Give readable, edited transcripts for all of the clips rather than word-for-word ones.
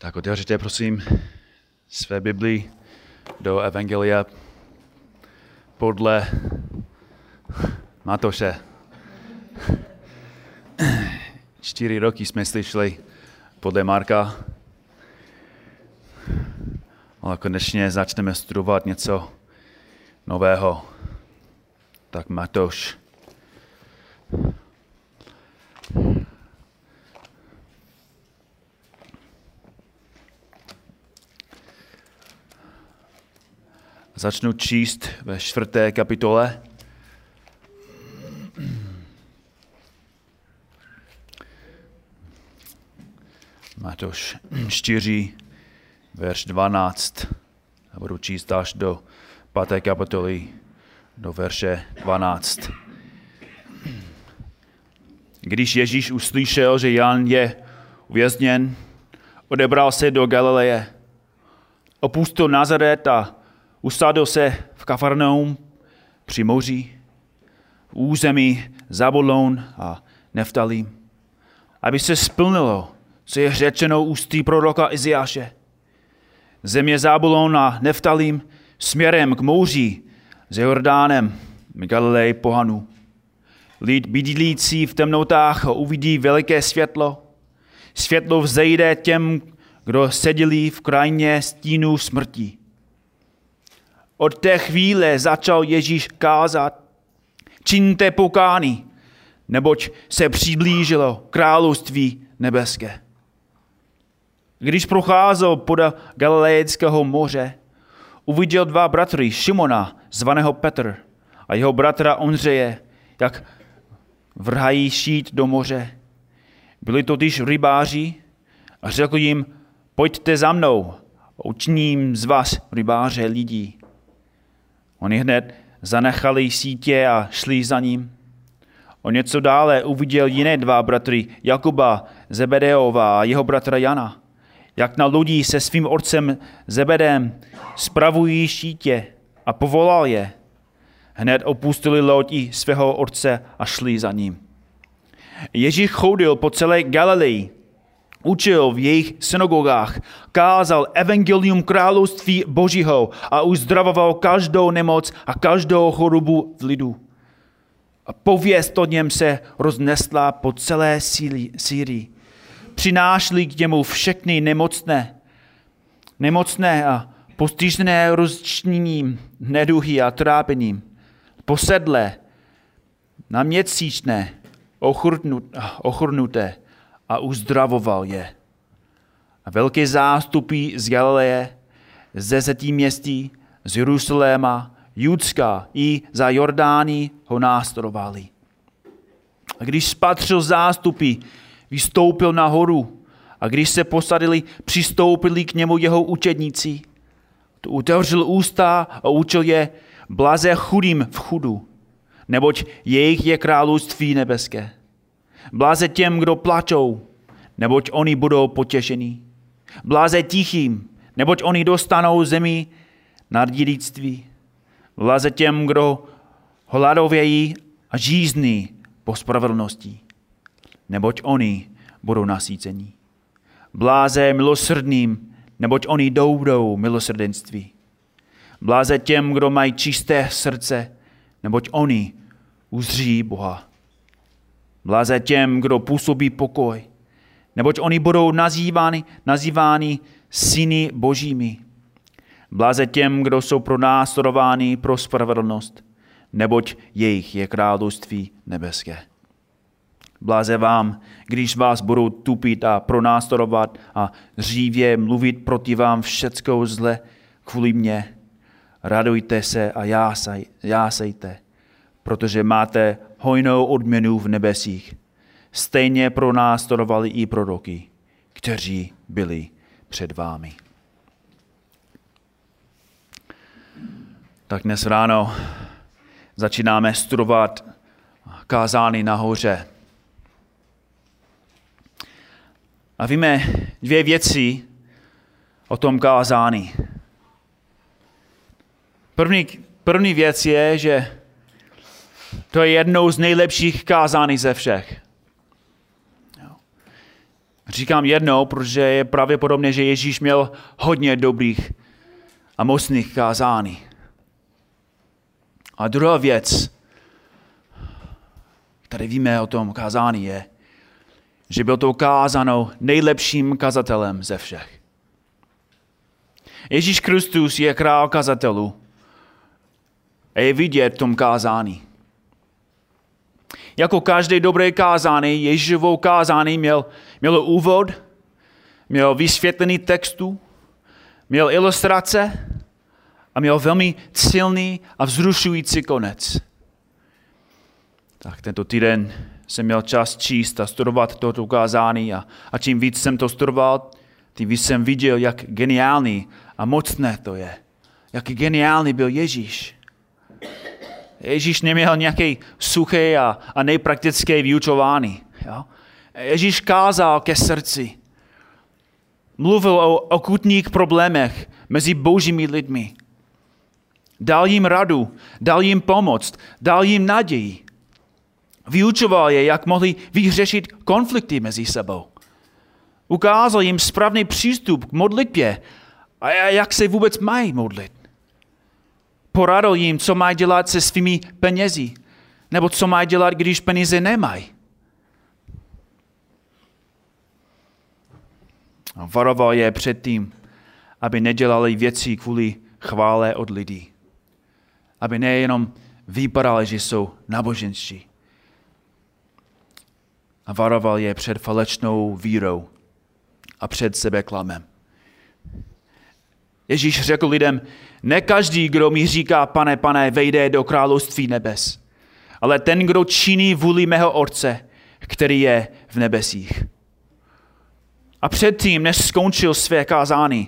Tak otevřete prosím své Bibli do Evangelia podle Matouše. 4 roky jsme slyšeli podle Marka, ale konečně začneme studovat něco nového. Tak Matouš. Začnu číst ve 4. kapitole. Matouš 4, verš 12. A budu číst až do 5. kapitoly, do verše 12. Když Ježíš uslyšel, že Jan je uvězněn, odebral se do Galileje. Opustil Nazaret a usadil se v Kafarnaum při moři, v území Zabulon a Neftalím, aby se splnilo, co je řečeno ústy proroka Izajáše. Země Zabulon a Neftalím směrem k moři s Jordánem, Galilej pohanů. Lid bydlící v temnotách uvidí veliké světlo. Světlo vzejde těm, kdo seděli v krajině stínu smrti. Od té chvíle začal Ježíš kázat: čiňte pokání, neboť se přiblížilo království nebeské. Když procházel podél Galilejského moře, uviděl 2 bratry Šimona, zvaného Petr, a jeho bratra Ondřeje, jak vrhají šít do moře. Byli totiž rybáři a řekl jim: pojďte za mnou, učiním z vás rybáře lidí. Oni hned zanechali sítě a šli za ním. O něco dále uviděl jiné 2 bratry, Jakuba Zebedeova a jeho bratra Jana, jak na lodi se svým otcem Zebedem spravují sítě, a povolal je. Hned opustili loď i svého otce a šli za ním. Ježíš chodil po celé Galileji, učil v jejich synagogách, kázal evangelium království Božího a uzdravoval každou nemoc a každou chorobu v lidu. A pověst o něm se roznesla po celé Sýrii. Přinášeli k němu všechny nemocné a postižené rozčněním, neduhy a trápením, posedlé, na měsíčné, ochrnuté, a uzdravoval je. A velké zástupy z Galileje, ze 10 městí, z Jeruzaléma, Judska i za Jordány ho následovali. A když spatřil zástupy, vystoupil nahoru, a když se posadili, přistoupili k němu jeho učedníci. Tu otevřel ústa a učil je: blaze chudým v chudu, neboť jejich je království nebeské. Bláze těm, kdo plačou, neboť oni budou potěšení. Bláze tichým, neboť oni dostanou zemi na dědictví. Bláze těm, kdo hladovějí a žízní po spravedlnosti, neboť oni budou nasýcení. Bláze milosrdným, neboť oni doudou milosrdenství. Bláze těm, kdo mají čisté srdce, neboť oni uzří Boha. Bláze těm, kdo působí pokoj, neboť oni budou nazýváni syny božími. Bláze těm, kdo jsou pronásledováni pro spravedlnost, neboť jejich je království nebeské. Bláze vám, když vás budou tupit a pronásledovat a řívě mluvit proti vám všeckou zle kvůli mně. Radujte se a jásejte, protože máte hojnou odměnu v nebesích. Stejně pronásledovali i proroky, kteří byli před vámi. Tak dnes ráno začínáme studovat kázání nahoře. A víme 2 věci o tom kázání. První věc je, že to je jednou z nejlepších kázání ze všech. Říkám jednou, protože je pravděpodobné, že Ježíš měl hodně dobrých a mocných kázání. A druhá věc, tady víme o tom kázání, je, že byl to kázáno nejlepším kazatelem ze všech. Ježíš Kristus je král kazatelů a je vidět v tom kázání. Jako každé dobré kázání, Ježíšovo kázání mělo úvod, měl vysvětlení textu, měl ilustrace a měl velmi silný a vzrušující konec. Tak tento týden jsem měl čas číst a studovat toto kázání a čím víc jsem to studoval, tím víc jsem viděl, jak geniální a mocné to je. Jak geniální byl Ježíš. Ježíš neměl nějaké suché a nepraktické vyučování. Jo? Ježíš kázal ke srdci. Mluvil o akutních problémech mezi božími lidmi. Dal jim radu, dal jim pomoc, dal jim naději. Vyučoval je, jak mohli vyřešit konflikty mezi sebou. Ukázal jim správný přístup k modlitbě a jak se vůbec mají modlit. Poradil jim, co mají dělat se svými penězi, nebo co mají dělat, když peníze nemají. A varoval je před tím, aby nedělali věci kvůli chvále od lidí. Aby nejenom vypadali, že jsou náboženští. A varoval je před falešnou vírou a před sebeklamem. Ježíš řekl lidem, ne každý, kdo mi říká, pane, pane, vejde do království nebes, ale ten, kdo činí vůli mého Otce, který je v nebesích. A předtím, než skončil své kázání,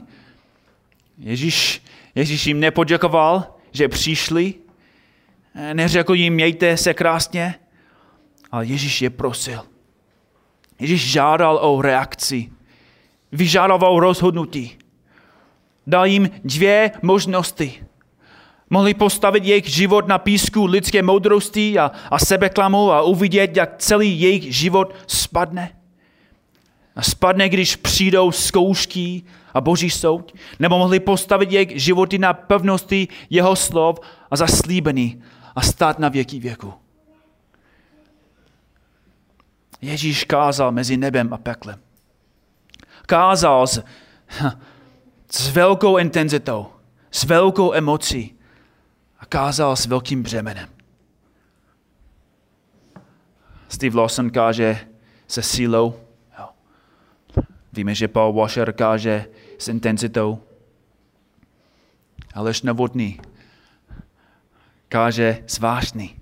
Ježíš jim nepoděkoval, že přišli, neřekl jim, mějte se krásně, ale Ježíš je prosil. Ježíš žádal o reakci, vyžádal rozhodnutí. Dal jim 2 možnosti. Mohli postavit jejich život na písku lidské moudrosti a sebeklamu a uvidět, jak celý jejich život spadne. A spadne, když přijdou zkoušky a boží soud. Nebo mohli postavit jejich životy na pevnosti jeho slov a zaslíbení a stát na věky věku. Ježíš kázal mezi nebem a peklem. Kázal s velkou intenzitou, s velkou emocí a kázal s velkým břemenem. Steve Lawson káže se sílou. Víme, že Paul Washer káže s intenzitou. Aleš Novotný káže zvláštní.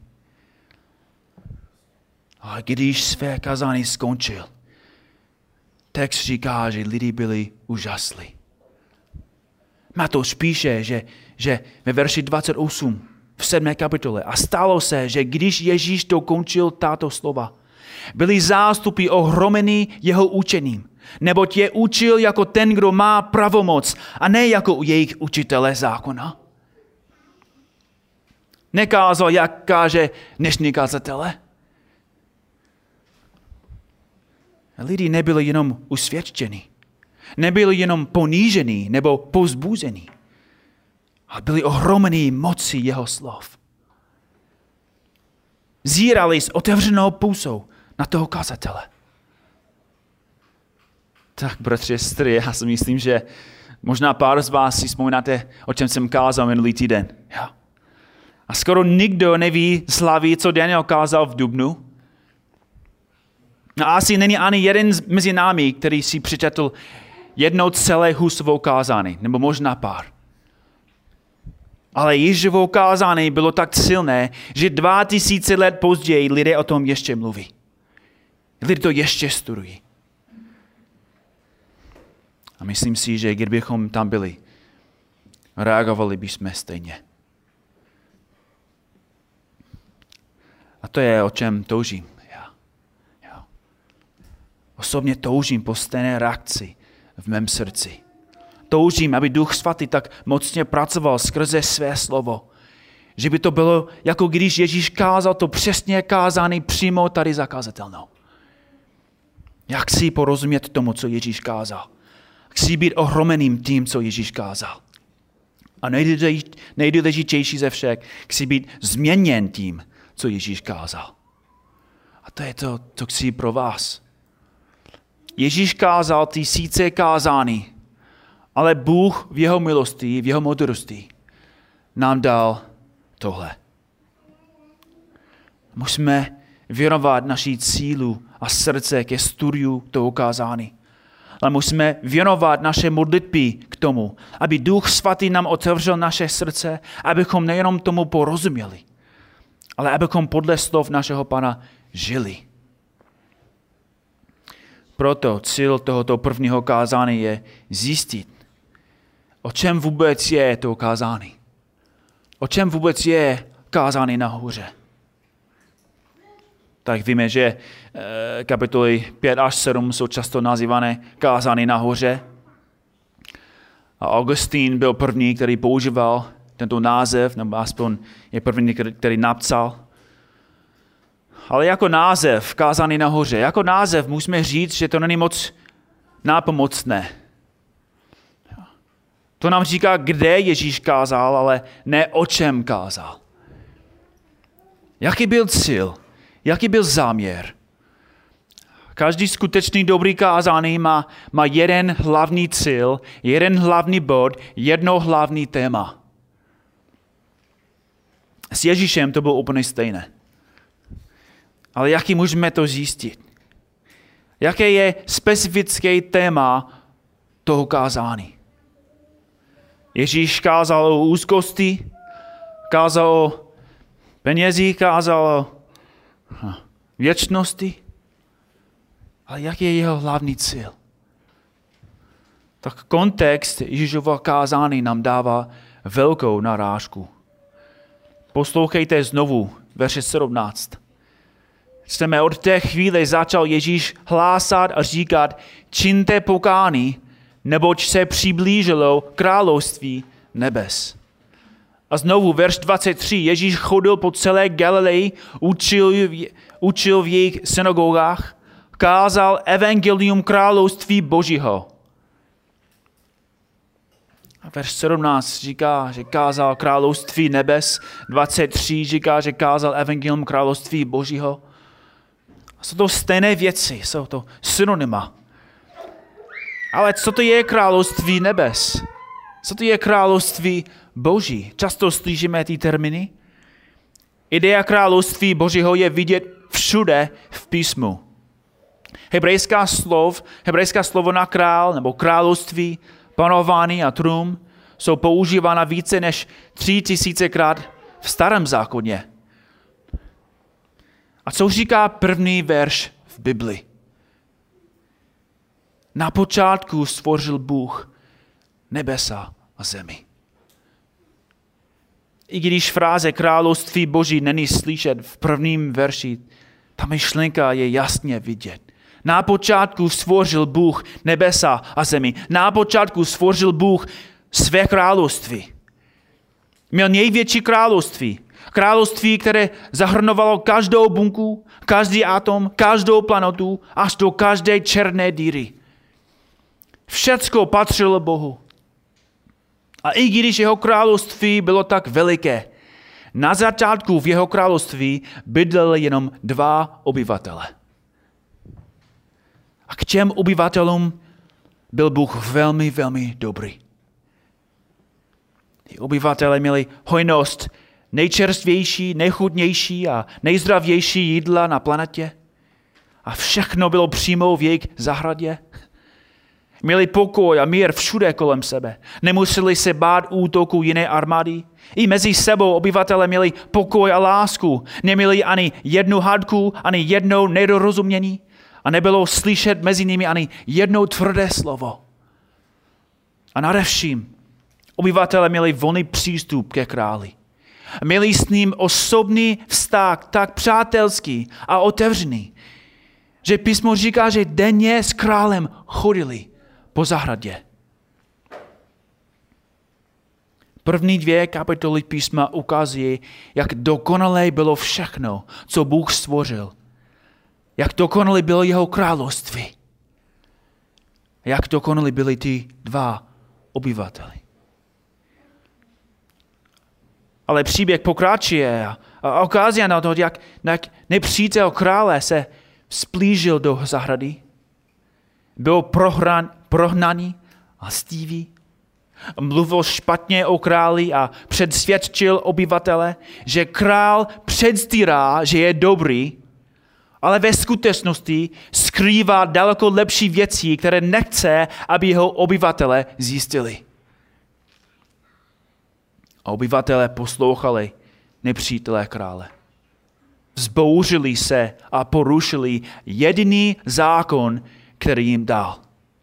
A když své kázání skončil, text říká, že lidi byli úžaslí. Matouš píše, že ve verši 28 v 7. kapitole a stalo se, že když Ježíš dokončil tato slova, byli zástupy ohromení jeho učením, neboť je učil jako ten, kdo má pravomoc a ne jako jejich učitele zákona. Nekázal, jak káže dnešní kazatele. Lidi nebyli jenom usvědčeni, nebyli jenom ponížení nebo povzbuzení, ale byli ohromení moci jeho slov. Zírali s otevřenou pusou na toho kazatele. Tak, bratři a sestry, já si myslím, že možná pár z vás si vzpomínáte, o čem jsem kázal minulý týden. Ja. A skoro nikdo neví z hlavy, co Daniel kázal v dubnu. A asi není ani jeden mezi námi, který si přečetl jednou celé Husovou kázání, nebo možná pár. Ale Ježíšovo kázání bylo tak silné, že 2000 let později lidé o tom ještě mluví. Lidé to ještě studují. A myslím si, že kdybychom tam byli, reagovali bychom stejně. A to je, o čem toužím. Já. Osobně toužím po stejné reakci v mém srdci. Toužím, aby Duch Svatý tak mocně pracoval skrze své slovo, že by to bylo, jako když Ježíš kázal to přesně kázání přímo tady za kazatelnou. Já chci porozumět tomu, co Ježíš kázal. Chci být ohromeným tím, co Ježíš kázal. A nejdůležitější ze všech, chci být změněn tím, co Ježíš kázal. A to je to, co chci pro vás. Ježíš kázal tisíce kázání, ale Bůh v jeho milosti, v jeho moudrosti nám dal tohle. Musíme věnovat naší cílu a srdce ke studiu toho kázání. Ale musíme věnovat naše modlitby k tomu, aby Duch Svatý nám otevřel naše srdce, abychom nejenom tomu porozuměli, ale abychom podle slov našeho Pana žili. Proto cíl tohoto prvního kázání je zjistit, o čem vůbec je to kázání. O čem vůbec je kázání nahoře. Tak víme, že kapitoly 5 až 7 jsou často nazývané kázání nahoře. A Augustín byl první, který používal tento název, nebo aspoň je první, který napsal. Ale jako název kázání nahoře, jako název musíme říct, že to není moc nápomocné. To nám říká, kde Ježíš kázal, ale ne o čem kázal. Jaký byl cíl? Jaký byl záměr? Každý skutečný dobrý kázání má jeden hlavní cíl, jeden hlavní bod, jedno hlavní téma. S Ježíšem to bylo úplně stejné. Ale jaký můžeme to zjistit? Jaké je specifické téma toho kázání? Ježíš kázal o úzkosti, kázal o penězích, kázal o věčnosti. Ale jaký je jeho hlavní cíl? Tak kontext Ježíšova kázání nám dává velkou narážku. Poslouchejte znovu, verše 17. Čteme, od té chvíle začal Ježíš hlásat a říkat, čiňte pokání, neboť se přiblížilo království nebes. A znovu verš 23. Ježíš chodil po celé Galileji, učil v jejich synagogách, kázal evangelium království Božího. A verš 17 říká, že kázal království nebes. 23 říká, že kázal evangelium království Božího. Jsou to stejné věci, jsou to synonyma. Ale co to je království nebes? Co to je království Boží? Často slyšíme ty termíny. Idea království Božího je vidět všude v písmu. Hebrejská slovo na král nebo království, panování a trůn jsou používána více než 3000krát v Starém zákoně. A co říká první verš v Bibli? Na počátku stvořil Bůh nebesa a zemi. I když fráze království Boží není slyšet v prvním verši, ta myšlenka je jasně vidět. Na počátku stvořil Bůh nebesa a zemi. Na počátku stvořil Bůh své království. Měl největší království. Království, které zahrnovalo každou buňku, každý atom, každou planetu, až do každé černé díry. Všecko patřilo Bohu. A i když jeho království bylo tak veliké, na začátku v jeho království bydleli jenom 2 obyvatele. A k těm obyvatelům byl Bůh velmi, velmi dobrý. Ty obyvatelé měli hojnost nejčerstvější, nejchutnější a nejzdravější jídla na planetě. A všechno bylo přímo v jejich zahradě. Měli pokoj a mír všude kolem sebe. Nemuseli se bát útoku jiné armády. I mezi sebou obyvatelé měli pokoj a lásku. Neměli ani jednu hádku, ani jedno nedorozumění. A nebylo slyšet mezi nimi ani jedno tvrdé slovo. A nadevším obyvatelé měli volný přístup ke králi. Měli s ním osobní vztah tak přátelský a otevřený, že písmo říká, že denně s králem chodili po zahradě. První 2 kapitoly písma ukazují, jak dokonalé bylo všechno, co Bůh stvořil. jak dokonalý bylo jeho království. Jak dokonalí byli ty dva obyvateli. Ale příběh pokračuje a ukazuje na to, jak nepřítel krále se splížil do zahrady. Byl prohnaný a stivý. Mluvil špatně o králi a předsvědčil obyvatele, že král předstírá, že je dobrý, ale ve skutečnosti skrývá daleko lepší věci, které nechce, aby jeho obyvatele zjistili. A obyvatele poslouchali nepřítelé krále. Vzbouřili se a porušili jediný zákon, který jim dal.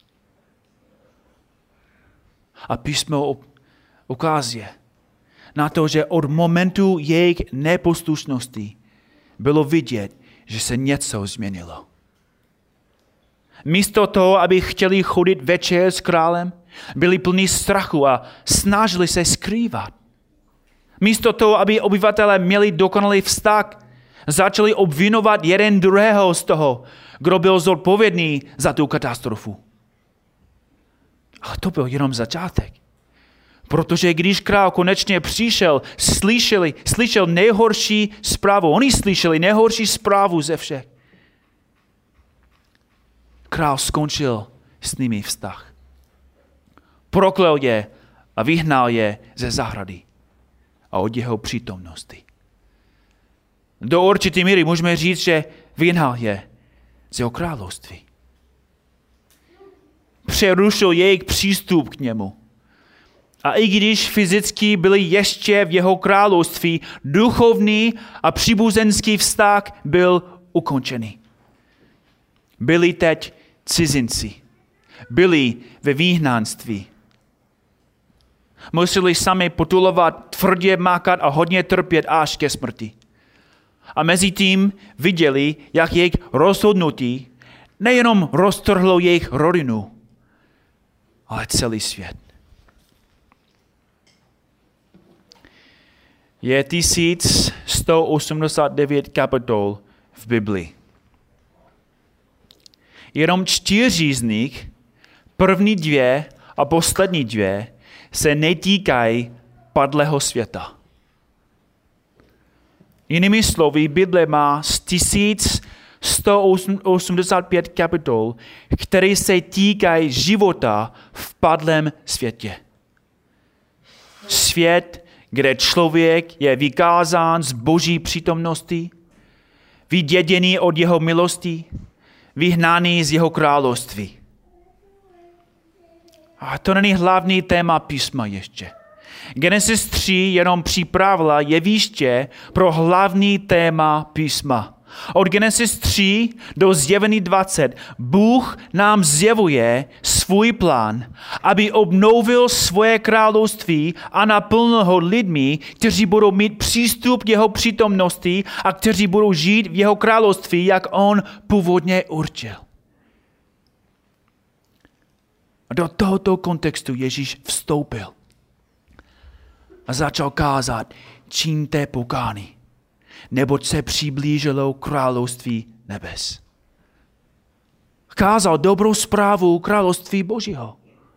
A písmo ukazuje na to, že od momentu jejich neposlušnosti bylo vidět, že se něco změnilo. Místo toho, aby chtěli chodit večer s králem, byli plní strachu a snažili se skrývat. Místo toho, aby obyvatelé měli dokonalý vztah, začali obvinovat jeden druhého z toho, kdo byl zodpovědný za tu katastrofu. Ale to byl jenom začátek. Protože když král konečně přišel, slyšel nejhorší zprávu. Oni slyšeli nejhorší zprávu ze všech. Král skončil s nimi vztah. Proklel je a vyhnal je ze zahrady a od jeho přítomnosti. Do určité míry můžeme říct, že vyhnal je z jeho království. Přerušil jejich přístup k němu. A i když fyzicky byli ještě v jeho království, duchovní a příbuzenský vztah byl ukončený. Byli teď cizinci. Byli ve vyhnanství. Museli sami potulovat, tvrdě mákat a hodně trpět až ke smrti. A mezi tím viděli, jak jejich rozhodnutí nejenom roztrhlo jejich rodinu, ale celý svět. Je 1189 kapitol v Biblii. Jenom 4 z nich, první 2 a poslední 2, se netýkají padlého světa. Jinými slovy, Bible má 1185 kapitol, které se týkají života v padlém světě. Svět, kde člověk je vykázán z Boží přítomnosti, vyděděný od jeho milosti, vyhnaný z jeho království. A to není hlavní téma písma ještě. Genesis 3 jenom připravila jeviště pro hlavní téma písma. Od Genesis 3 do Zjevení 20 Bůh nám zjevuje svůj plán, aby obnovil svoje království a naplnil ho lidmi, kteří budou mít přístup k jeho přítomnosti a kteří budou žít v jeho království, jak on původně určil. A do tohoto kontextu Ježíš vstoupil a začal kázat: čiňte pokány, neboť se přiblížilo království nebes. Kázal dobrou zprávu království Božího.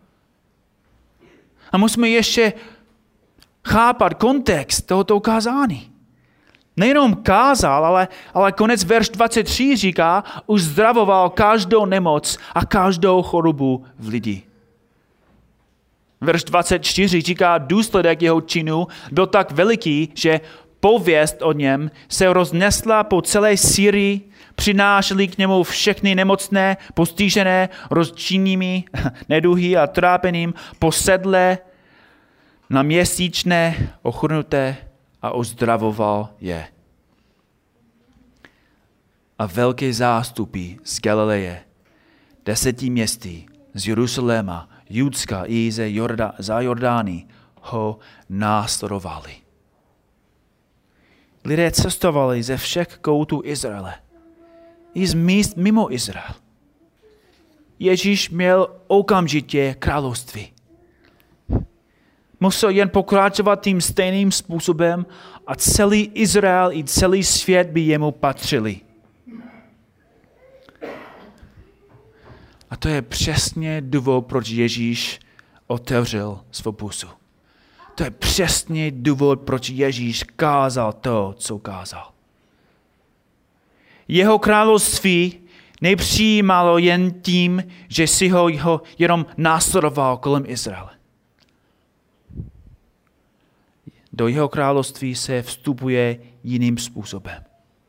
A musíme ještě chápat kontext tohoto kázání. Nejenom kázal, ale konec verš 23 říká, uzdravoval každou nemoc a každou chorobu v lidi. Verš 24 říká, důsledek jeho činu byl tak veliký, že pověst o něm se roznesla po celé Syrii, přinášeli k němu všechny nemocné, postižené, rozčinnými neduhy a trápeným, posedlé, na měsíčné, ochrnuté a uzdravoval je. A velké zástupy z Galileje, 10 městí, z Jeruzaléma, Judska i za Jordány ho následovali. Lidé cestovali ze všech koutů Izraele i z míst mimo Izrael. Ježíš měl okamžitě království. Musel jen pokračovat tím stejným způsobem a celý Izrael i celý svět by jemu patřili. A to je přesně důvod, proč Ježíš otevřel svou pusu. To je přesně důvod, proč Ježíš kázal to, co kázal. Jeho království nepřijímalo jen tím, že si ho jenom následoval kolem Izraele. Do jeho království se vstupuje jiným způsobem.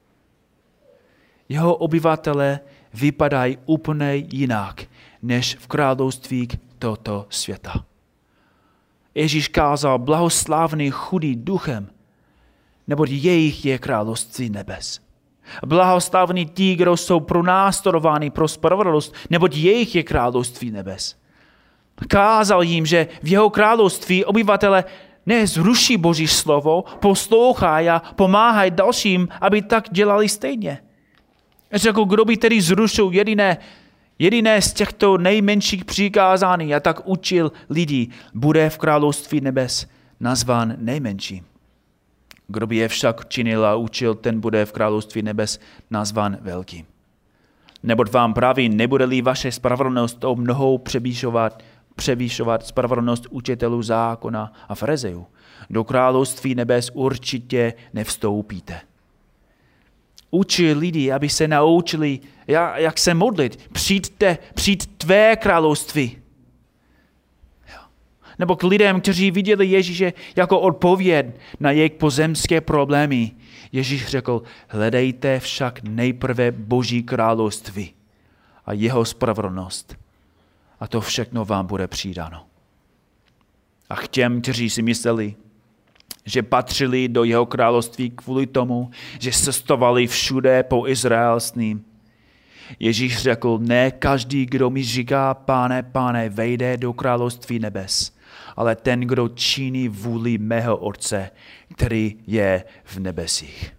Jeho obyvatele vypadají úplně jinak, než v království tohoto světa. Ježíš kázal blahoslávný chudý duchem, neboť jejich je království nebes. Blahoslavní ti, kdo jsou pronásledováni pro spravedlnost, neboť jejich je království nebes. Kázal jim, že v jeho království obyvatele nezruší Boží slovo, poslouchají a pomáhají dalším, aby tak dělali stejně. Řekl, kdo by tedy zrušil jediné z těchto nejmenších přikázání a tak učil lidi, bude v království nebes nazván nejmenším. Kdo by je však činil a učil, ten bude v království nebes nazván velkým. Neboť vám praví, nebude-li vaše spravedlnost o mnohou převýšovat spravedlnost učitelů zákona a farizejů, do království nebes určitě nevstoupíte. Učí lidi, aby se naučili, jak se modlit. Přijď tvé království. Nebo k lidem, kteří viděli Ježíše jako odpověď na jejich pozemské problémy. Ježíš řekl, hledejte však nejprve Boží království a jeho spravedlnost. A to všechno vám bude přidáno. A k těm, kteří si mysleli, že patřili do jeho království kvůli tomu, že cestovali všude po Izrael s ním. Ježíš řekl, ne každý, kdo mi říká, Pane, Pane, vejde do království nebes, ale ten, kdo činí vůli mého Otce, který je v nebesích.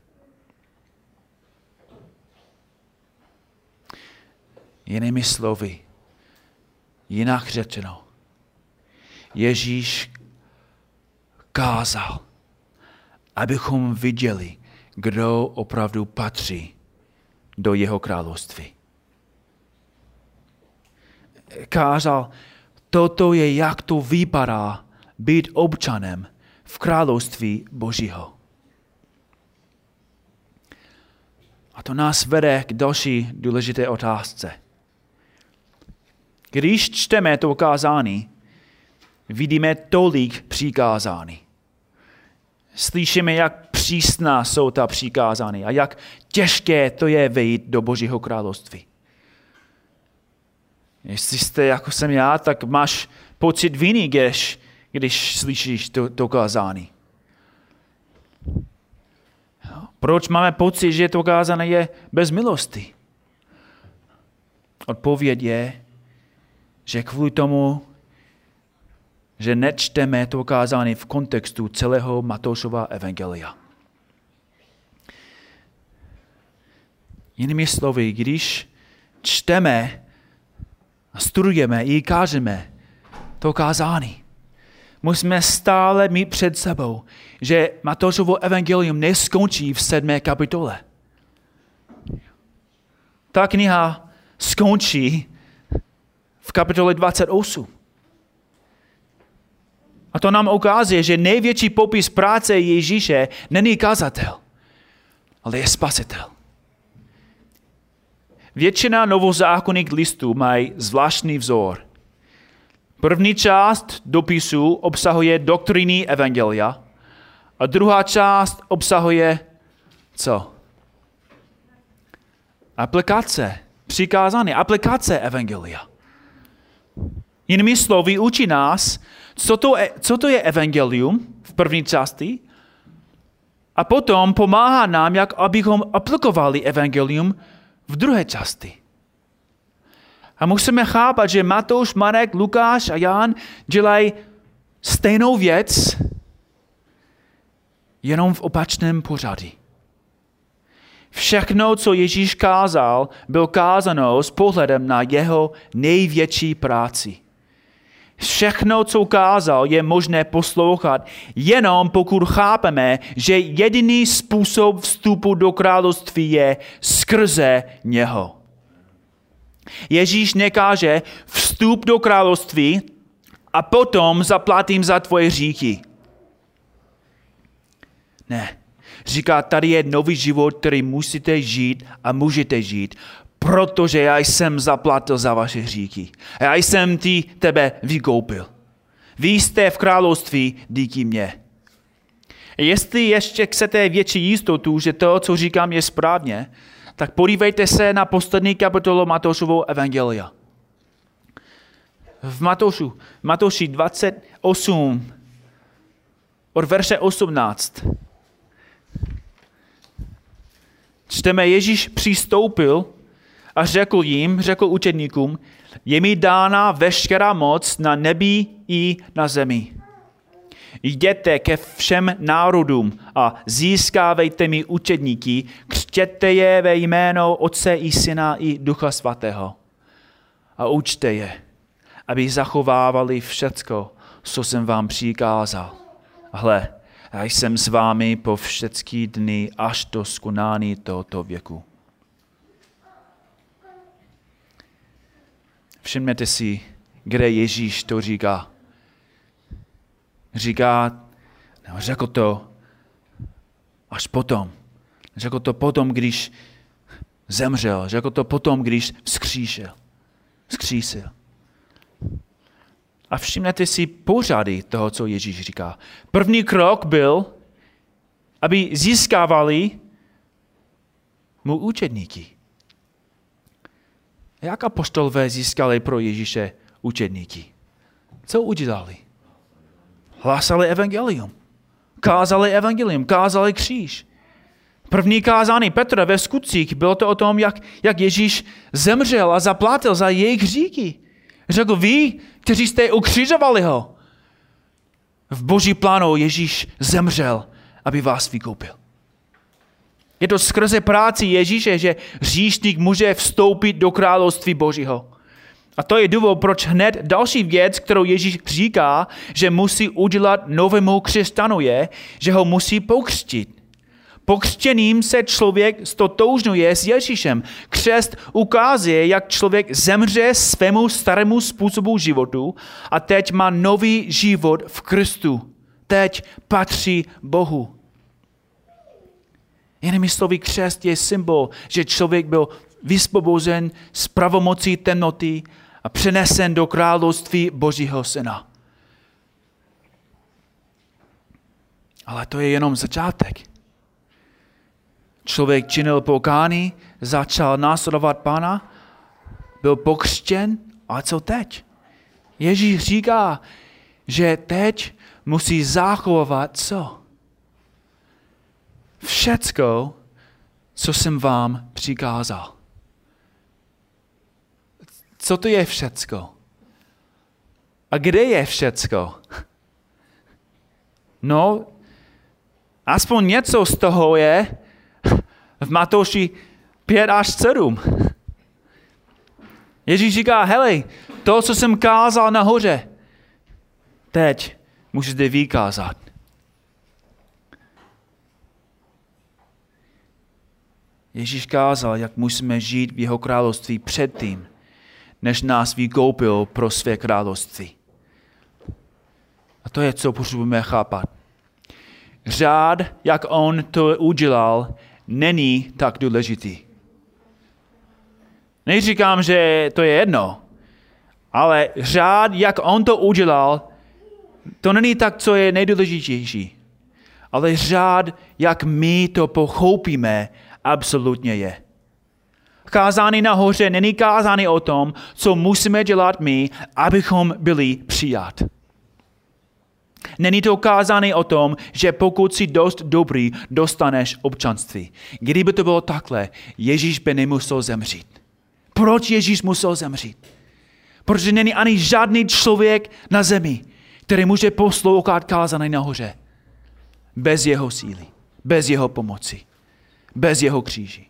Jinými slovy, jinak řečeno, Ježíš kázal, abychom viděli, kdo opravdu patří do jeho království. Kázal, toto je, jak to vypadá být občanem v království Božího. A to nás vede k další důležité otázce. Když čteme to kázání, vidíme tolik přikázání. Slyšíme, jak přísná jsou ta přikázání a jak těžké to je vejít do Božího království. Jestli jste jako jsem já, tak máš pocit viny, když slyšíš to kázání. Proč máme pocit, že to kázání je bez milosti? Odpověď je, že kvůli tomu, že nečteme to kázání v kontextu celého Matoušova evangelia. Jinými slovy, když čteme a studujeme i kážeme to kázání, musíme stále mít před sebou, že Matoušovo evangelium neskončí v 7. kapitole. Ta kniha skončí v kapitole 28. A to nám ukazuje, že největší popis práce Ježíše není kazatel, ale je spasitel. Většina novozákonních listů mají zvláštní vzor. První část dopisu obsahuje doktríny evangelia a druhá část obsahuje co? Aplikace, přikázání, aplikace evangelia. Jinými slovy učí nás, co to je evangelium v první části a potom pomáhá nám, jak abychom aplikovali evangelium v druhé části. A musíme chápat, že Matouš, Marek, Lukáš a Jan dělají stejnou věc, jenom v opačném pořadí. Všechno, co Ježíš kázal, bylo kázáno s pohledem na jeho největší práci. Všechno, co kázal, je možné poslouchat, jenom pokud chápeme, že jediný způsob vstupu do království je skrze něho. Ježíš nekáže vstup do království a potom zaplatím za tvoje hříchy. Ne. Říká, tady je nový život, který musíte žít a můžete žít, protože já jsem zaplatil za vaše hříchy. Já jsem tebe vykoupil. Vy jste v království díky mně. Jestli ještě chcete větší jistotu, že to, co říkám, je správně, tak podívejte se na poslední kapitolu Matoušovo evangelia. V Matouši 28, od verše 18. Čteme, Ježíš přistoupil a řekl učedníkům, je mi dána veškerá moc na nebi i na zemi. Jděte ke všem národům a získávejte mi učedníky, křtěte je ve jméno Otce i Syna i Ducha Svatého. A učte je, aby zachovávali všecko, co jsem vám přikázal. Hle, já jsem s vámi po všechny dny až do skonání tohoto věku. Všimněte si, kde Ježíš to říká. Řekl to až potom. Řekl to potom, když zemřel. Řekl to potom, když vzkřísil. A všimněte si pořady toho, co Ježíš říká. První krok byl, aby získávali mu učedníky. Jak apoštolové získali pro Ježíše učedníky? Co udělali? Hlásali evangelium. Kázali kříž. První kázání Petra ve Skutcích bylo to o tom, jak Ježíš zemřel a zaplatil za jejich hříchy. Řekl, vy, kteří jste ukřižovali ho. V Boží plánu Ježíš zemřel, aby vás vykoupil. Je to skrze práci Ježíše, že hříšník může vstoupit do království Božího. A to je důvod, proč hned další věc, kterou Ježíš říká, že musí udělat novému křesťanu je, že ho musí pokřtit. Pokřtěným se člověk stotožňuje s Ježíšem. Křest ukazuje, jak člověk zemře svému starému způsobu životu a teď má nový život v Kristu. Teď patří Bohu. Jinými slovy, křest je symbol, že člověk byl vysvobozen z pravomocí temnoty a přenesen do království Božího Syna. Ale to je jenom začátek. Člověk činil pokání, začal následovat Pána, byl pokřtěn, a co teď? Ježíš říká, že teď musí zachovat co? Všecko, co jsem vám přikázal. Co to je všecko? A kde je všecko? No, aspoň něco z toho je v Matouši 5 až 7. Ježíš říká, hele, to, co jsem kázal nahoře, teď můžete vykázat. Ježíš kázal, jak musíme žít v jeho království předtím, než nás vykoupil pro své království. A to je, co potřebujeme chápat. Řád, jak on to udělal, není tak důležitý. Neříkám, že to je jedno, ale řád, jak on to udělal, to není tak, co je nejdůležitější. Ale řád, jak my to pochopíme, absolutně je. Kázání nahoře není kázání o tom, co musíme dělat my, abychom byli přijat. Není to kázání o tom, že pokud jsi dost dobrý, dostaneš občanství. Kdyby to bylo takhle, Ježíš by nemusel zemřít. Proč Ježíš musel zemřít? Protože není ani žádný člověk na zemi, který může poslouchat kázání nahoře. Bez jeho síly, bez jeho pomoci, bez jeho kříži.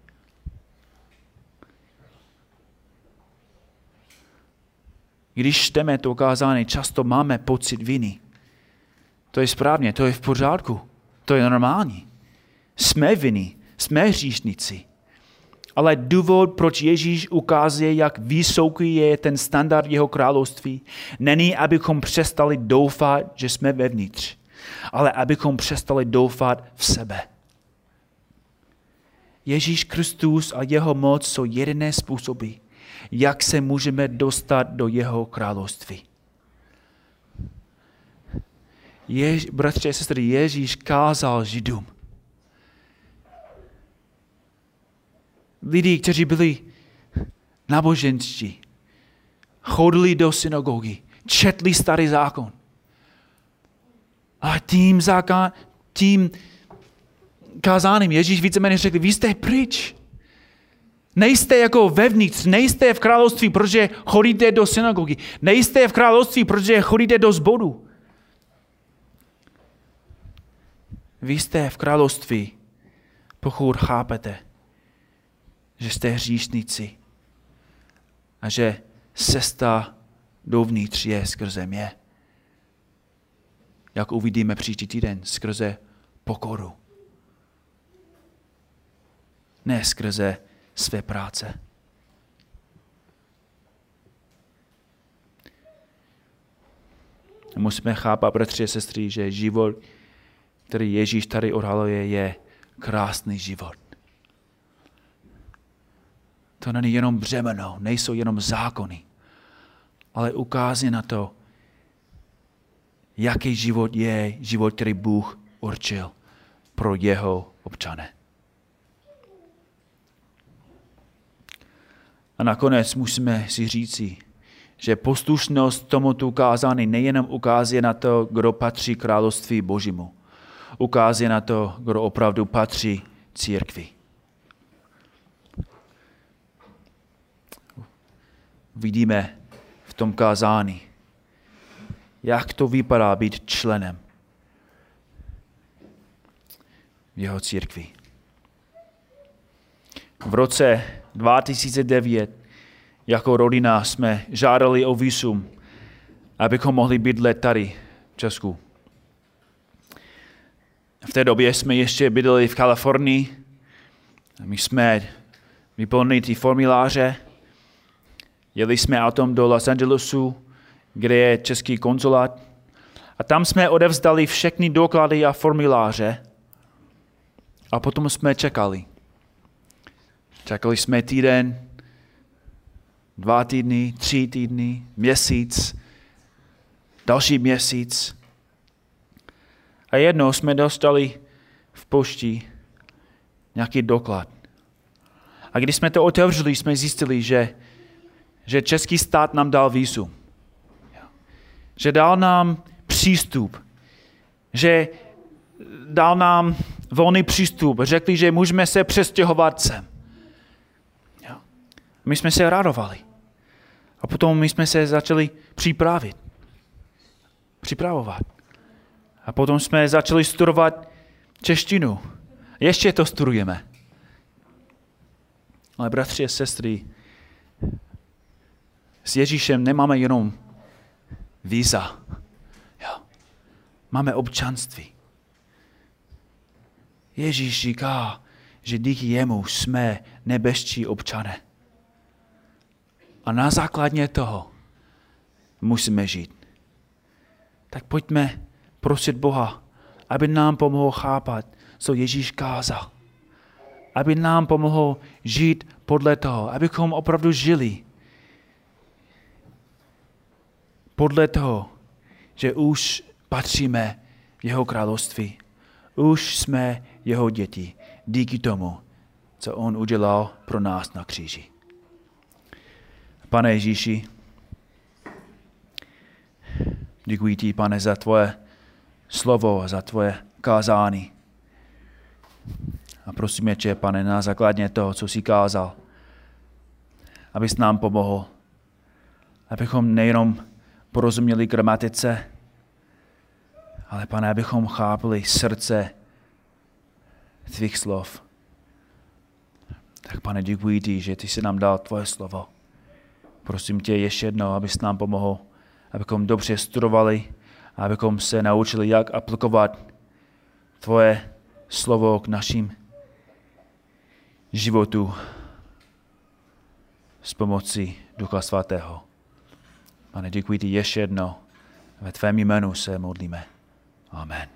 Když čteme to kázání, často máme pocit viny. To je správně, to je v pořádku, to je normální. Jsme vinní, jsme hříšníci. Ale důvod, proč Ježíš ukazuje, jak vysoký je ten standard jeho království, není, abychom přestali doufat, že jsme vevnitř, ale abychom přestali doufat v sebe. Ježíš Kristus a jeho moc jsou jediné způsoby, jak se můžeme dostat do jeho království. Bratři a sestry, Ježíš kázal Židům. Lidi, kteří byli náboženští, chodili do synagogy, četli starý zákon. A tím kázáním Ježíš víceméně řekl, vy jste pryč. Nejste jako vevnitř, nejste v království, protože chodíte do synagogy. Nejste v království, protože chodíte do sboru. Vy jste v království, pokud chápete, že jste hříšníci a že cesta dovnitř je skrze mě. Jak uvidíme příští týden, skrze pokoru. Ne skrze své práce. Musíme chápat, bratři a sestry, že život, který Ježíš tady odhaluje, je krásný život. To není jenom břemeno, nejsou jenom zákony, ale ukazuje na to, jaký život je život, který Bůh určil pro jeho občany. A nakonec musíme si říci, že poslušnost tomuto kázání nejenom ukazuje na to, kdo patří království Božímu, ukazuje na to, kdo opravdu patří církvi. Vidíme v tom kázání, jak to vypadá být členem jeho církvi. V roce 2009 jako rodina jsme žádali o vízum, abychom mohli bydlet tady v Česku. V té době jsme ještě bydleli v Kalifornii. My jsme vyplnili ty formuláře. Jeli jsme autem do Los Angelesu, kde je český konzulát. A tam jsme odevzdali všechny doklady a formuláře. A potom jsme čekali. Čekali jsme týden, 2 týdny, 3 týdny, měsíc, další měsíc. A jednou jsme dostali v pošti nějaký doklad. A když jsme to otevřeli, jsme zjistili, že český stát nám dal vízum. Že dal nám přístup. Že dal nám volný přístup. Řekli, že můžeme se přestěhovat sem. My jsme se radovali. A potom my jsme se začali připravovat. A potom jsme začali studovat češtinu. Ještě to studujeme. Ale bratři a sestry, s Ježíšem nemáme jenom víza. Máme občanství. Ježíš říká, že díky jemu jsme nebečtí občané. A na základě toho musíme žít. Tak pojďme prosit Boha, aby nám pomohl chápat, co Ježíš kázal. Aby nám pomohl žít podle toho, abychom opravdu žili podle toho, že už patříme v jeho království. Už jsme jeho děti díky tomu, co on udělal pro nás na kříži. Pane Ježíši, děkuji ti, Pane, za tvoje slovo a za tvoje kázání. A prosíme tě, Pane, na základě toho, co jsi kázal, abys nám pomohl, abychom nejenom porozuměli gramatice, ale, Pane, abychom chápali srdce tvých slov. Tak, Pane, děkuji ti, že ty jsi nám dal tvoje slovo. Prosím tě ještě jednou, abys nám pomohl, abychom dobře studovali a abychom se naučili, jak aplikovat tvoje slovo k našim životu s pomocí Ducha Svatého. Pane, děkuji ti ještě jednou. Ve tvém jménu se modlíme. Amen.